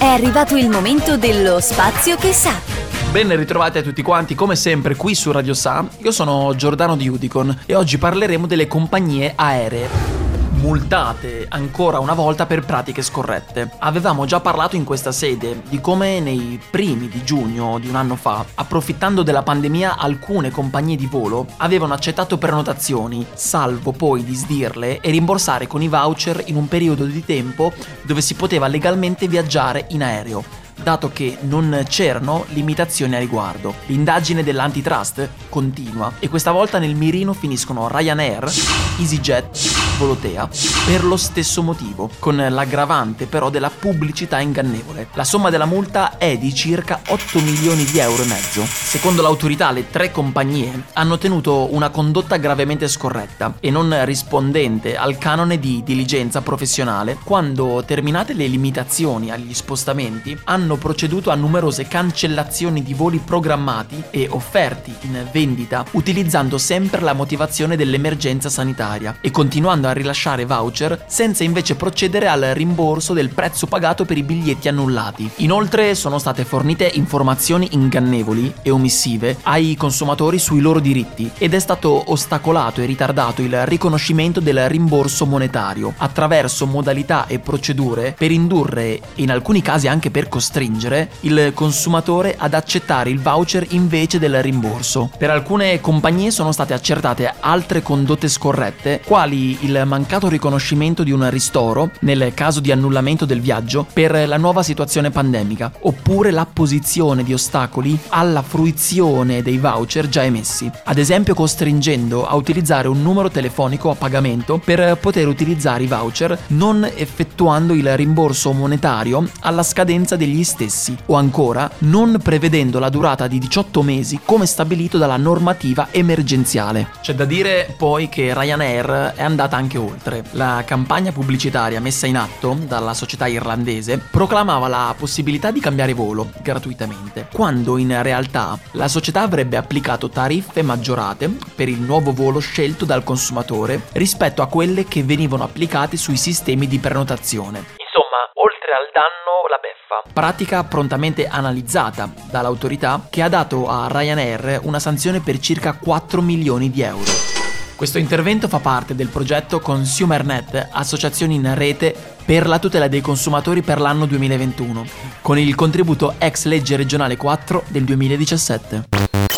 È arrivato il momento dello spazio che sa. Ben ritrovati a tutti quanti, come sempre qui su Radio Sa. Io sono Giordano di Udicon e oggi parleremo delle compagnie aeree multate ancora una volta per pratiche scorrette. Avevamo già parlato in questa sede di come nei primi di giugno di un anno fa, approfittando della pandemia, alcune compagnie di volo avevano accettato prenotazioni, salvo poi disdirle e rimborsare con i voucher in un periodo di tempo dove si poteva legalmente viaggiare in aereo, dato che non c'erano limitazioni a riguardo. L'indagine dell'antitrust continua e questa volta nel mirino finiscono Ryanair, EasyJet, Volotea, per lo stesso motivo, con l'aggravante però della pubblicità ingannevole. La somma della multa è di circa 8 milioni di euro e mezzo. Secondo l'autorità, le tre compagnie hanno tenuto una condotta gravemente scorretta e non rispondente al canone di diligenza professionale quando, terminate le limitazioni agli spostamenti, hanno proceduto a numerose cancellazioni di voli programmati e offerti in vendita, utilizzando sempre la motivazione dell'emergenza sanitaria e continuando a rilasciare voucher senza invece procedere al rimborso del prezzo pagato per i biglietti annullati. Inoltre sono state fornite informazioni ingannevoli e omissive ai consumatori sui loro diritti ed è stato ostacolato e ritardato il riconoscimento del rimborso monetario attraverso modalità e procedure per indurre, e in alcuni casi anche per costringere, il consumatore ad accettare il voucher invece del rimborso. Per alcune compagnie sono state accertate altre condotte scorrette, quali il mancato riconoscimento di un ristoro nel caso di annullamento del viaggio per la nuova situazione pandemica, oppure l'apposizione di ostacoli alla fruizione dei voucher già emessi, ad esempio costringendo a utilizzare un numero telefonico a pagamento per poter utilizzare i voucher, non effettuando il rimborso monetario alla scadenza degli stessi, o ancora non prevedendo la durata di 18 mesi come stabilito dalla normativa emergenziale. C'è da dire poi che Ryanair è andata anche oltre. La campagna pubblicitaria messa in atto dalla società irlandese proclamava la possibilità di cambiare volo gratuitamente, quando in realtà la società avrebbe applicato tariffe maggiorate per il nuovo volo scelto dal consumatore rispetto a quelle che venivano applicate sui sistemi di prenotazione. Insomma, oltre al danno, la beffa. Pratica prontamente analizzata dall'autorità che ha dato a Ryanair una sanzione per circa 4 milioni di euro. Questo intervento fa parte del progetto ConsumerNet, associazioni in rete per la tutela dei consumatori per l'anno 2021, con il contributo ex legge regionale 4 del 2017.